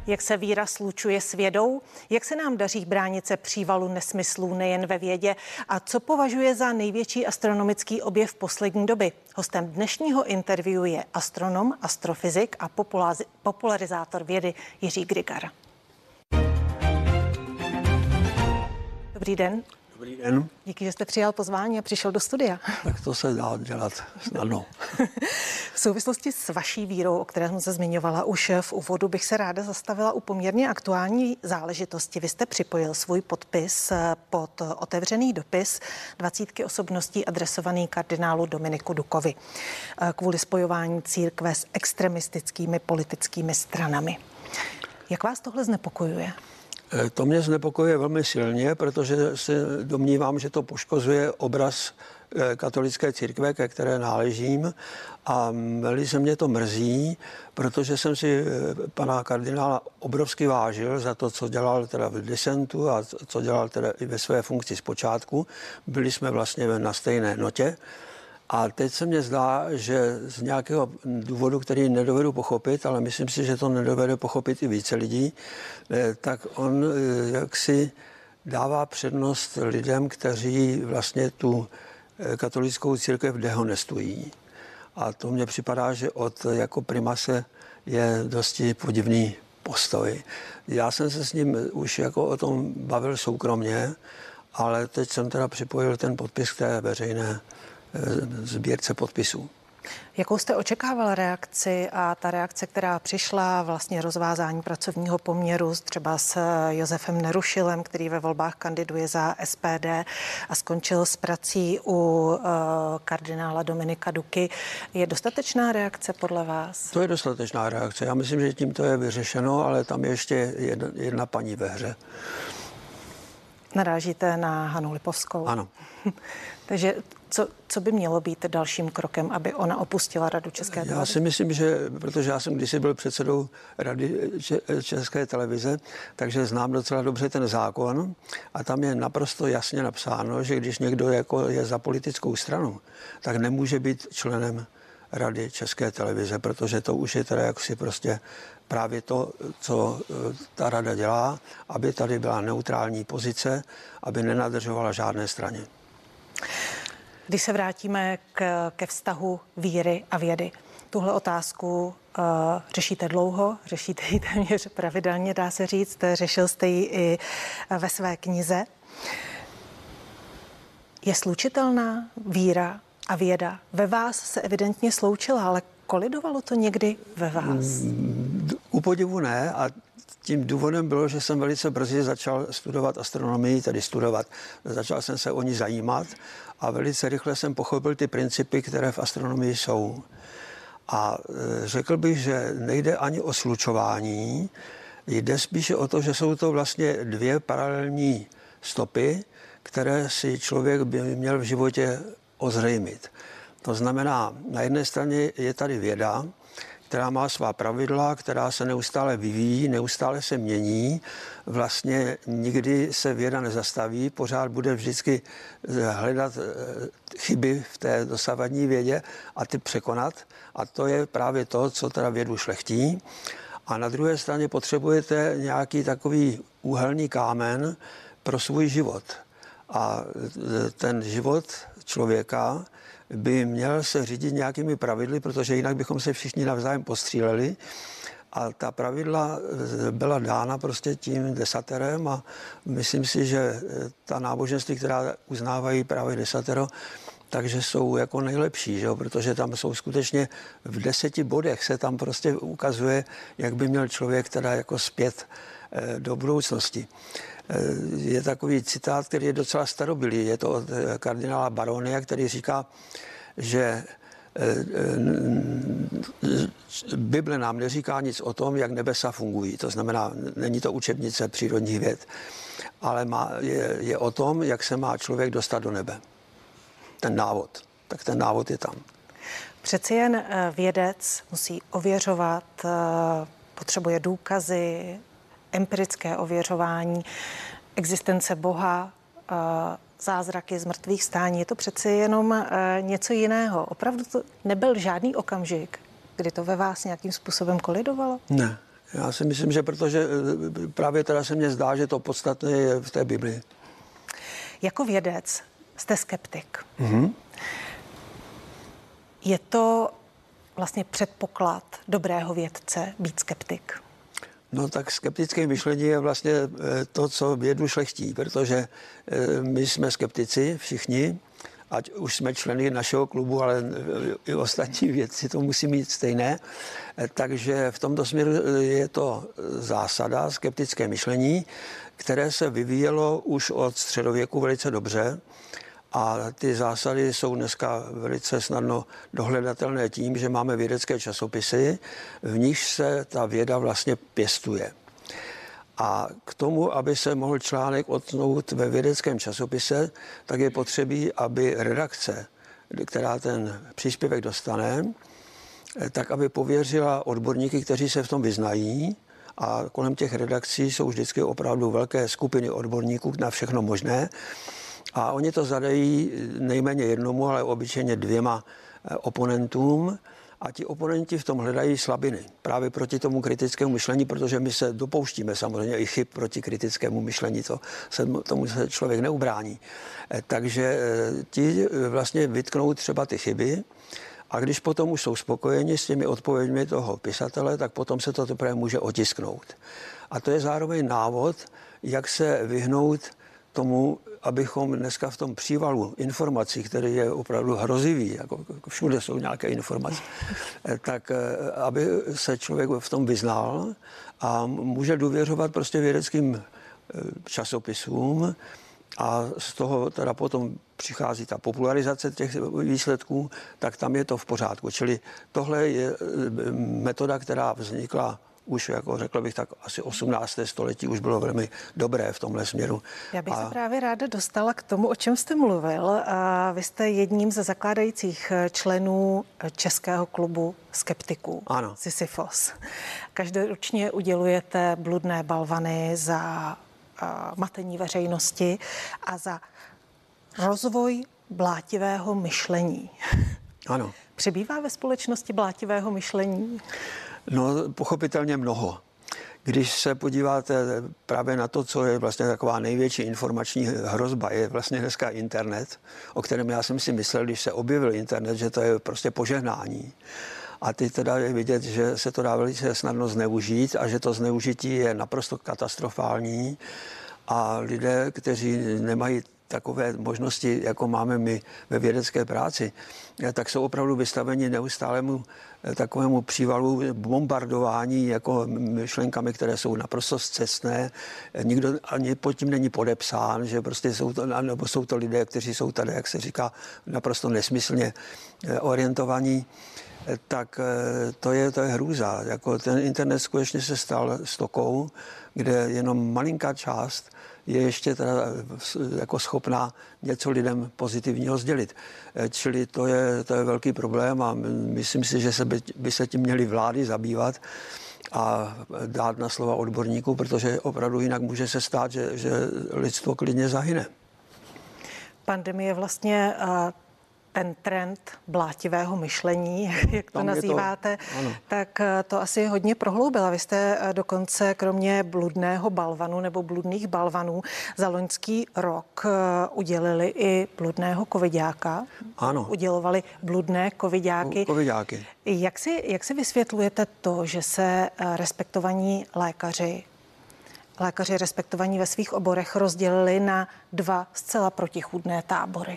Jak se víra slučuje s vědou? Jak se nám daří bránit se přívalu nesmyslů nejen ve vědě? A co považuje za největší astronomický objev poslední doby? Hostem dnešního interview je astronom, astrofyzik a popularizátor vědy Jiří Grygara. Dobrý den. Dobrý den. Díky, že jste přijal pozvání a přišel do studia. Tak to se dá dělat snadno. V souvislosti s vaší vírou, o které jsem se zmiňovala už v úvodu, bych se ráda zastavila u poměrně aktuální záležitosti. Vy jste připojil svůj podpis pod otevřený dopis 20 osobností adresovaný kardinálu Dominiku Dukovi kvůli spojování církve s extremistickými politickými stranami. Jak vás tohle znepokojuje? To mě znepokojuje velmi silně, protože se domnívám, že to poškozuje obraz katolické církve, ke které náležím, a velice mě to mrzí, protože jsem si pana kardinála obrovsky vážil za to, co dělal teda v disentu a co dělal teda i ve své funkci zpočátku. Byli jsme vlastně na stejné notě. A teď se mně zdá, že z nějakého důvodu, který nedovedu pochopit, ale myslím si, že to nedovede pochopit i více lidí, tak on jaksi dává přednost lidem, kteří vlastně tu katolickou církev dehonestují. A to mně připadá, že od jako primase je dosti podivný postoj. Já jsem se s ním už jako o tom bavil soukromně, ale teď jsem teda připojil ten podpis k té veřejné sbírce podpisů. Jakou jste očekával reakci a ta reakce, která přišla, vlastně rozvázání pracovního poměru třeba s Josefem Nerušilem, který ve volbách kandiduje za SPD a skončil s prací u kardinála Dominika Duky, je dostatečná reakce podle vás? To je dostatečná reakce. Já myslím, že tím to je vyřešeno, ale tam je ještě jedna paní ve hře. Narážíte na Hanu Lipovskou? Ano. Takže co by mělo být dalším krokem, aby ona opustila Radu České televize? Já si myslím, že, protože já jsem kdysi byl předsedou Rady České televize, takže znám docela dobře ten zákon a tam je naprosto jasně napsáno, že když někdo jako je za politickou stranu, tak nemůže být členem Rady České televize, protože to už je teda jaksi prostě právě to, co ta rada dělá, aby tady byla neutrální pozice, aby nenadržovala žádné straně. Když se vrátíme ke vztahu víry a vědy, tuhle otázku řešíte dlouho, řešíte ji téměř pravidelně, dá se říct, řešil jste ji i ve své knize. Je slučitelná víra a věda? Ve vás se evidentně sloučila, ale kolidovalo to někdy ve vás? U podivu ne, a tím důvodem bylo, že jsem velice brzy začal studovat astronomii, tedy studovat. Začal jsem se o ní zajímat a velice rychle jsem pochopil ty principy, které v astronomii jsou. A řekl bych, že nejde ani o slučování, jde spíše o to, že jsou to vlastně dvě paralelní stopy, které si člověk by měl v životě ozřejmit. To znamená, na jedné straně je tady věda, která má svá pravidla, která se neustále vyvíjí, neustále se mění. Vlastně nikdy se věda nezastaví, pořád bude vždycky hledat chyby v té dosavadní vědě a ty překonat. A to je právě to, co teda vědu šlechtí. A na druhé straně potřebujete nějaký takový úhelný kámen pro svůj život. A ten život člověka by měl se řídit nějakými pravidly, protože jinak bychom se všichni navzájem postříleli. A ta pravidla byla dána prostě tím desaterem a myslím si, že ta náboženství, která uznávají právě desatero, takže jsou jako nejlepší, že jo? Protože tam jsou skutečně v 10 bodech se tam prostě ukazuje, jak by měl člověk teda jako zpět do budoucnosti. Je takový citát, který je docela starobylý, je to od kardinála Baronia, který říká, že Bible nám neříká nic o tom, jak nebesa fungují. To znamená, není to učebnice přírodních věd, ale je o tom, jak se má člověk dostat do nebe. Ten návod. Tak ten návod je tam. Přeci jen vědec musí ověřovat, potřebuje důkazy, empirické ověřování, existence Boha, zázraky z mrtvých stání. Je to přeci jenom něco jiného. Opravdu to nebyl žádný okamžik, kdy to ve vás nějakým způsobem kolidovalo? Ne. Já si myslím, že protože právě teda se mně zdá, že to podstatné je v té Biblii. Jako vědec jste skeptik. Mm-hmm. Je to vlastně předpoklad dobrého vědce být skeptik? No tak skeptické myšlení je vlastně to, co vědu šlechtí, protože my jsme skeptici všichni, ať už jsme členy našeho klubu, ale i ostatní vědci to musí mít stejné. Takže v tomto směru je to zásada skeptické myšlení, které se vyvíjelo už od středověku velice dobře. A ty zásady jsou dneska velice snadno dohledatelné tím, že máme vědecké časopisy, v nichž se ta věda vlastně pěstuje. A k tomu, aby se mohl článek octnout ve vědeckém časopise, tak je potřebí, aby redakce, která ten příspěvek dostane, tak aby pověřila odborníky, kteří se v tom vyznají. A kolem těch redakcí jsou vždycky opravdu velké skupiny odborníků na všechno možné. A oni to zadají nejméně jednomu, ale obyčejně 2 oponentům. A ti oponenti v tom hledají slabiny právě proti tomu kritickému myšlení, protože my se dopouštíme samozřejmě i chyb proti kritickému myšlení, tomu se člověk neubrání. Takže ti vlastně vytknou třeba ty chyby a když potom už jsou spokojeni s těmi odpověďmi toho pisatele, tak potom se to teprve může otisknout. A to je zároveň návod, jak se vyhnout tomu, abychom dneska v tom přívalu informací, který je opravdu hrozivý, jako všude jsou nějaké informace, tak aby se člověk v tom vyznal a může důvěřovat prostě vědeckým časopisům a z toho teda potom přichází ta popularizace těch výsledků, tak tam je to v pořádku. Čili tohle je metoda, která vznikla už, jako řekl bych, tak asi 18. století už bylo velmi dobré v tomhle směru. Já bych se právě ráda dostala k tomu, o čem jste mluvil. Vy jste jedním ze zakládajících členů Českého klubu skeptiků. Ano. Sisyfos. Každoročně udělujete bludné balvany za matení veřejnosti a za rozvoj blátivého myšlení. Ano. Přibývá ve společnosti blátivého myšlení? No, pochopitelně mnoho. Když se podíváte právě na to, co je vlastně taková největší informační hrozba, je vlastně dneska internet, o kterém já jsem si myslel, když se objevil internet, že to je prostě požehnání. A teď teda je vidět, že se to dá velice snadno zneužít a že to zneužití je naprosto katastrofální a lidé, kteří nemají takové možnosti, jako máme my ve vědecké práci, tak jsou opravdu vystaveni neustálému takovému přívalu bombardování jako myšlenkami, které jsou naprosto scestné. Nikdo ani pod tím není podepsán, že prostě jsou to lidé, kteří jsou tady, jak se říká, naprosto nesmyslně orientovaní. Tak to je hrůza. Jako ten internet skutečně se stal stokou, kde jenom malinká část je ještě teda jako schopná něco lidem pozitivního sdělit. Čili to je velký problém a myslím si, že by se tím měly vlády zabývat a dát na slova odborníků, protože opravdu jinak může se stát, že lidstvo klidně zahyne. Pandemie vlastně ten trend blátivého myšlení, jak to nazýváte, tak to asi hodně prohloubila. Vy jste dokonce kromě bludného balvanu nebo bludných balvanů za loňský rok udělili i bludného covidáka. Ano. Udělovali bludné covidáky. Covidáky. Jak si vysvětlujete to, že se respektovaní lékaři respektovaní ve svých oborech rozdělili na 2 zcela protichůdné tábory?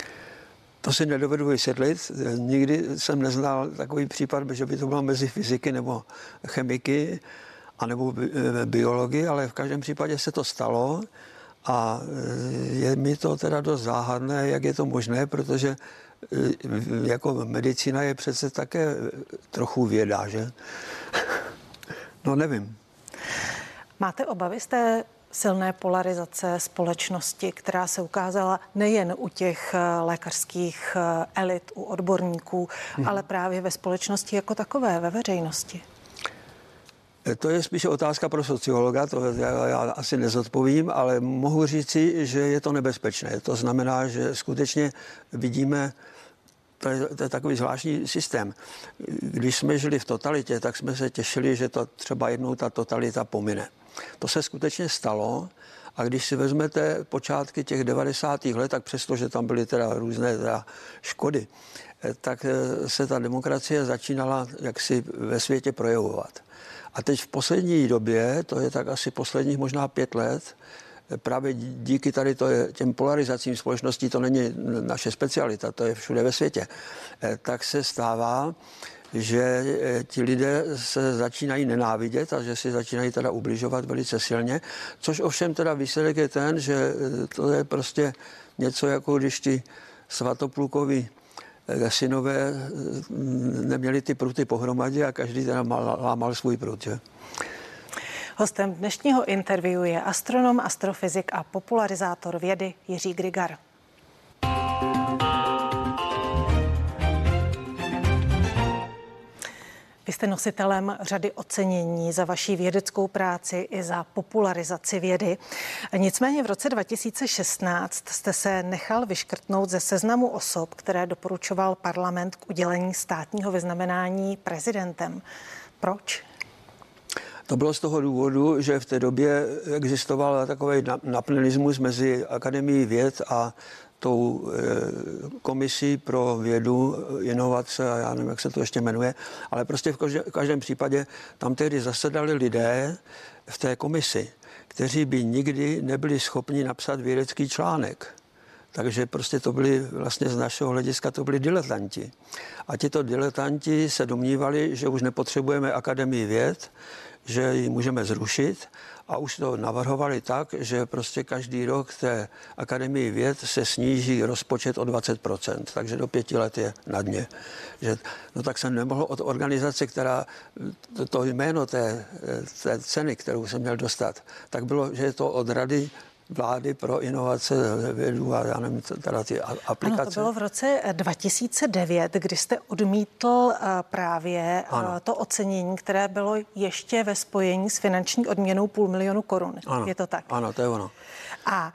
To si nedovedu vysvětlit. Nikdy jsem neznal takový případ, že by to bylo mezi fyziky nebo chemiky anebo biology, ale v každém případě se to stalo a je mi to teda dost záhadné, jak je to možné, protože jako medicína je přece také trochu věda, že? No nevím. Máte obavy z té silné polarizace společnosti, která se ukázala nejen u těch lékařských elit, u odborníků, ale právě ve společnosti jako takové, ve veřejnosti? To je spíše otázka pro sociologa, to já asi nezodpovím, ale mohu říci, že je to nebezpečné. To znamená, že skutečně vidíme to je takový zvláštní systém. Když jsme žili v totalitě, tak jsme se těšili, že to třeba jednou ta totalita pomine. To se skutečně stalo a když si vezmete počátky těch 90. let, tak přesto, že tam byly teda různé škody, tak se ta demokracie začínala jaksi ve světě projevovat. A teď v poslední době, to je tak asi posledních možná 5 let, právě díky tady těm polarizacím společností, to není naše specialita, to je všude ve světě, tak se stává, že ti lidé se začínají nenávidět a že si začínají teda ubližovat velice silně, což ovšem teda výsledek je ten, že to je prostě něco jako když ti Svatoplukovi synové neměli ty pruty pohromadě a každý teda lámal svůj prut, že? Hostem dnešního interview je astronom, astrofyzik a popularizátor vědy Jiří Grigar. Vy jste nositelem řady ocenění za vaši vědeckou práci i za popularizaci vědy. Nicméně v roce 2016 jste se nechal vyškrtnout ze seznamu osob, které doporučoval parlament k udělení státního vyznamenání prezidentem. Proč? To bylo z toho důvodu, že v té době existoval takový naplnismus mezi Akademií věd a tou komisí pro vědu, inovace a já nevím, jak se to ještě jmenuje, ale prostě v každém případě tam tehdy zasedali lidé v té komisi, kteří by nikdy nebyli schopni napsat vědecký článek. Takže prostě to byli vlastně z našeho hlediska to byli diletanti. A tito diletanti se domnívali, že už nepotřebujeme Akademii věd, že ji můžeme zrušit a už to navrhovali tak, že prostě každý rok té Akademii věd se sníží rozpočet o 20%, takže do 5 let je na dně. Že, no tak jsem nemohl od organizace, která to jméno té ceny, kterou jsem měl dostat, tak bylo, že je to od Rady vlády pro inovace, vědu a já nevím, teda ty aplikace. Ano, to bylo v roce 2009, kdy jste odmítl právě to ocenění, které bylo ještě ve spojení s finanční odměnou 500 000 korun. Ano, je to tak? Ano, to je ono. A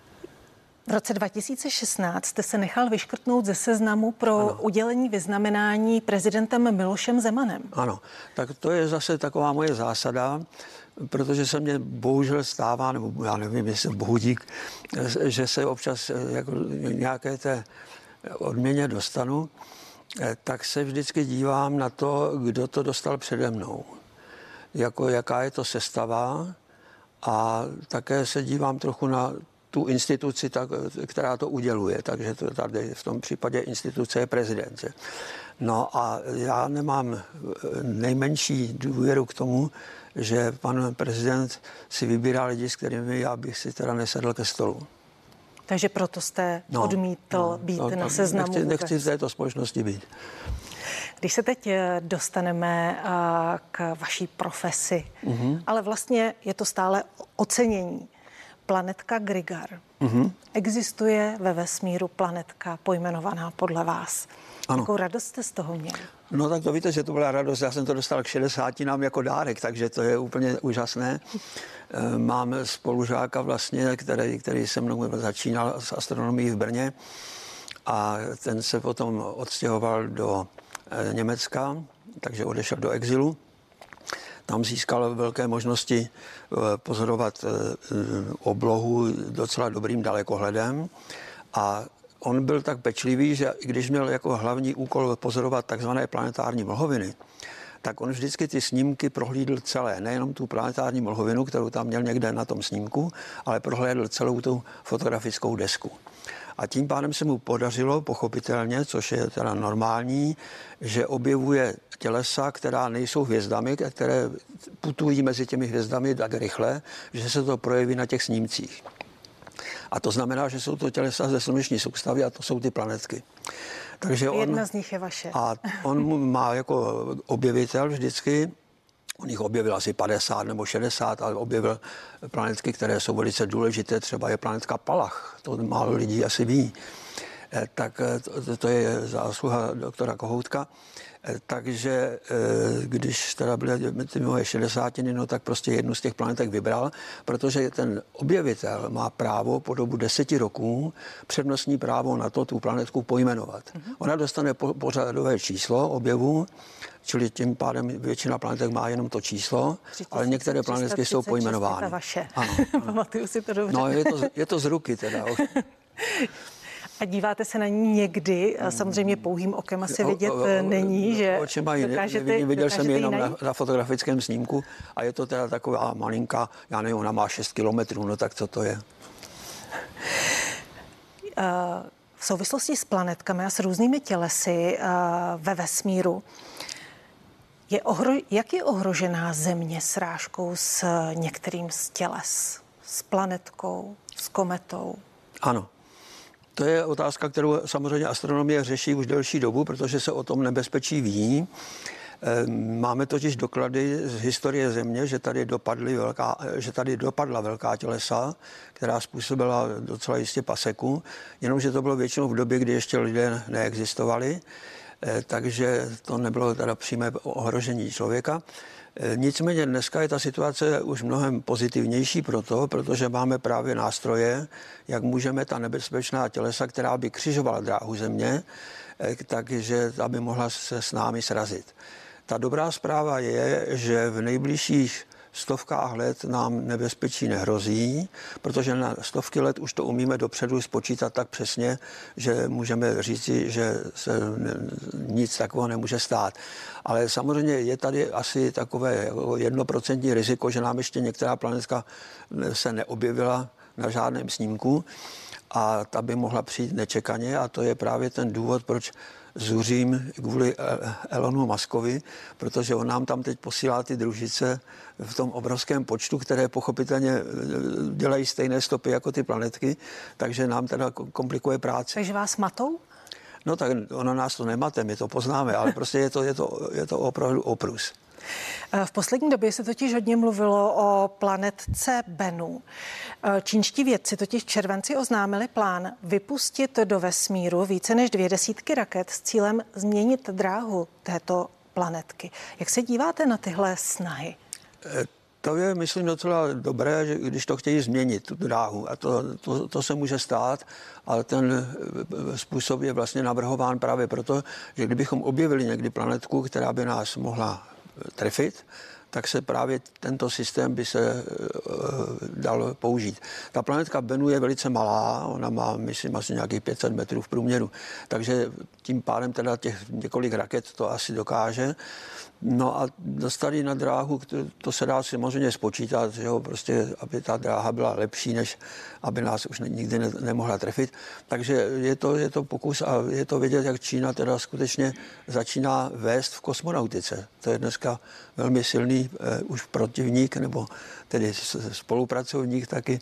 v roce 2016 jste se nechal vyškrtnout ze seznamu pro udělení vyznamenání prezidentem Milošem Zemanem. Ano, tak to je zase taková moje zásada, protože se mně bohužel stává, nebo já nevím, jestli bohudík, že se občas jako nějaké té odměně dostanu, tak se vždycky dívám na to, kdo to dostal přede mnou. Jako jaká je to sestava a také se dívám trochu na tu instituci, která to uděluje. Takže to tady v tom případě instituce je prezident. No a já nemám nejmenší důvěru k tomu, že pan prezident si vybírá lidi, s kterými já bych si teda nesedl ke stolu. Takže proto jste odmítl být na seznamu. Nechci v této společnosti být. Když se teď dostaneme k vaší profesi, ale vlastně je to stále ocenění. Planetka Grigar. Existuje ve vesmíru planetka pojmenovaná podle vás. Ano. Jakou radost jste z toho měl? No tak to víte, že to byla radost. Já jsem to dostal k 60 jako dárek, takže to je úplně úžasné. Mám spolužáka vlastně, který se mnou začínal s astronomií v Brně a ten se potom odstěhoval do Německa, takže odešel do exilu. Tam získal velké možnosti pozorovat oblohu docela dobrým dalekohledem a on byl tak pečlivý, že když měl jako hlavní úkol pozorovat takzvané planetární mlhoviny, tak on vždycky ty snímky prohlídl celé, nejenom tu planetární mlhovinu, kterou tam měl někde na tom snímku, ale prohlédl celou tu fotografickou desku. A tím pádem se mu podařilo, pochopitelně, což je teda normální, že objevuje tělesa, která nejsou hvězdami, které putují mezi těmi hvězdami tak rychle, že se to projeví na těch snímcích. A to znamená, že jsou to tělesa ze sluneční soustavy a to jsou ty planetky. Takže jedna z nich je vaše. A on má jako objevitel vždycky, on jich objevil asi 50 nebo 60, ale objevil planetky, které jsou velice důležité, třeba je planetka Palach, to málo lidí asi ví. tak to je zásluha doktora Kohoutka. Takže když teda byly ty moje 60, no tak prostě jednu z těch planetek vybral, protože ten objevitel má právo po dobu 10 roků přednostní právo na to tu planetku pojmenovat. Ona dostane pořadové číslo objevu, čili tím pádem většina planetek má jenom to číslo, ale některé planetky jsou pojmenovány. To vaše. Ano. Pamatuju si to dobře. No, je to z ruky teda. A díváte se na ní někdy, samozřejmě pouhým okem asi vidět není, že očima viděl jsem ji jenom na fotografickém snímku a je to teda taková malinká, já nevím, ona má 6 kilometrů, no tak co to je? V souvislosti s planetkami a s různými tělesy ve vesmíru, jak je ohrožená Země srážkou s některým z těles? S planetkou, s kometou? Ano. To je otázka, kterou samozřejmě astronomie řeší už delší dobu, protože se o tom nebezpečí ví. Máme totiž doklady z historie Země, že tady dopadla velká tělesa, která způsobila docela jistě paseku, jenomže to bylo většinou v době, kdy ještě lidé neexistovali, takže to nebylo teda přímé ohrožení člověka. Nicméně dneska je ta situace už mnohem pozitivnější protože máme právě nástroje, jak můžeme ta nebezpečná tělesa, která by křižovala dráhu Země, takže aby mohla se s námi srazit. Ta dobrá zpráva je, že v nejbližších stovkách let nám nebezpečí nehrozí, protože na stovky let už to umíme dopředu spočítat tak přesně, že můžeme říci, že se nic takového nemůže stát. Ale samozřejmě je tady asi takové 1% riziko, že nám ještě některá planetka se neobjevila na žádném snímku a ta by mohla přijít nečekaně a to je právě ten důvod, proč zuřím kvůli Elonu Muskovi, protože on nám tam teď posílá ty družice v tom obrovském počtu, které pochopitelně dělají stejné stopy jako ty planetky, takže nám teda komplikuje práci. Takže vás matou? No tak ono nás to nemate, my to poznáme, ale prostě je to opravdu oprus. V poslední době se totiž hodně mluvilo o planetce Bennu. Čínští vědci totiž v červenci oznámili plán vypustit do vesmíru více než 200 raket s cílem změnit dráhu této planetky. Jak se díváte na tyhle snahy? To je, myslím, docela dobré, že když to chtějí změnit, tu dráhu. A to se může stát, ale ten způsob je vlastně navrhován právě proto, že kdybychom objevili někdy planetku, která by nás mohla trefit, tak se právě tento systém by se dal použít. Ta planetka Bennu je velice malá, ona má, myslím, asi nějakých 500 metrů v průměru, takže tím pádem teda těch několik raket to asi dokáže. No a dostat ji na dráhu, to se dá samozřejmě spočítat, že jo, prostě, aby ta dráha byla lepší, než aby nás už nikdy nemohla trefit. Takže je to pokus a je to vidět, jak Čína teda skutečně začíná vést v kosmonautice. To je dneska velmi silný už protivník, nebo tedy spolupracovník taky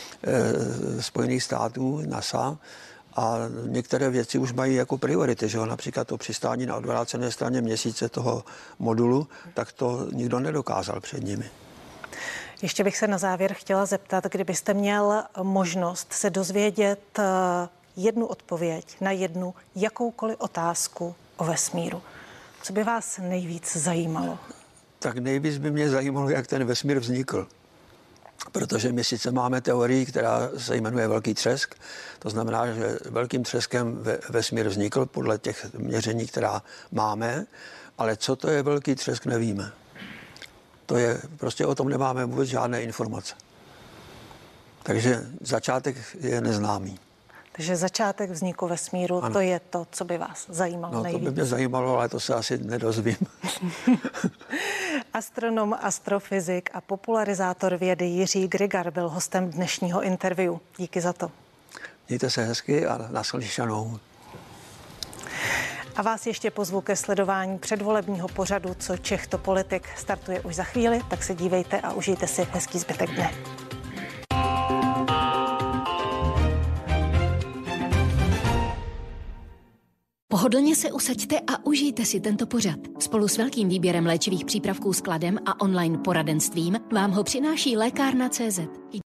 Spojených států, NASA. A některé věci už mají jako priority, že jo? Například to přistání na odvrácené straně Měsíce toho modulu, tak to nikdo nedokázal před nimi. Ještě bych se na závěr chtěla zeptat, kdybyste měl možnost se dozvědět jednu odpověď na jednu jakoukoliv otázku o vesmíru. Co by vás nejvíc zajímalo? Tak nejvíc by mě zajímalo, jak ten vesmír vznikl. Protože my sice máme teorii, která se jmenuje velký třesk, to znamená, že velkým třeskem vesmír vznikl podle těch měření, která máme, ale co to je velký třesk, nevíme. To je, prostě o tom nemáme vůbec žádné informace. Takže začátek je neznámý. Takže začátek vzniku vesmíru, ano. To je to, co by vás zajímalo nejvíc. To by mě zajímalo, ale to se asi nedozvím. Astronom, astrofyzik a popularizátor vědy Jiří Grigar byl hostem dnešního interview. Díky za to. Mějte se hezky a naslyšenou. A vás ještě pozvu ke sledování předvolebního pořadu Co Čech to politik. Startuje už za chvíli, tak se dívejte a užijte si hezký zbytek dne. Pohodlně se usaďte a užijte si tento pořad. Spolu s velkým výběrem léčivých přípravků skladem a online poradenstvím vám ho přináší Lékárna.cz.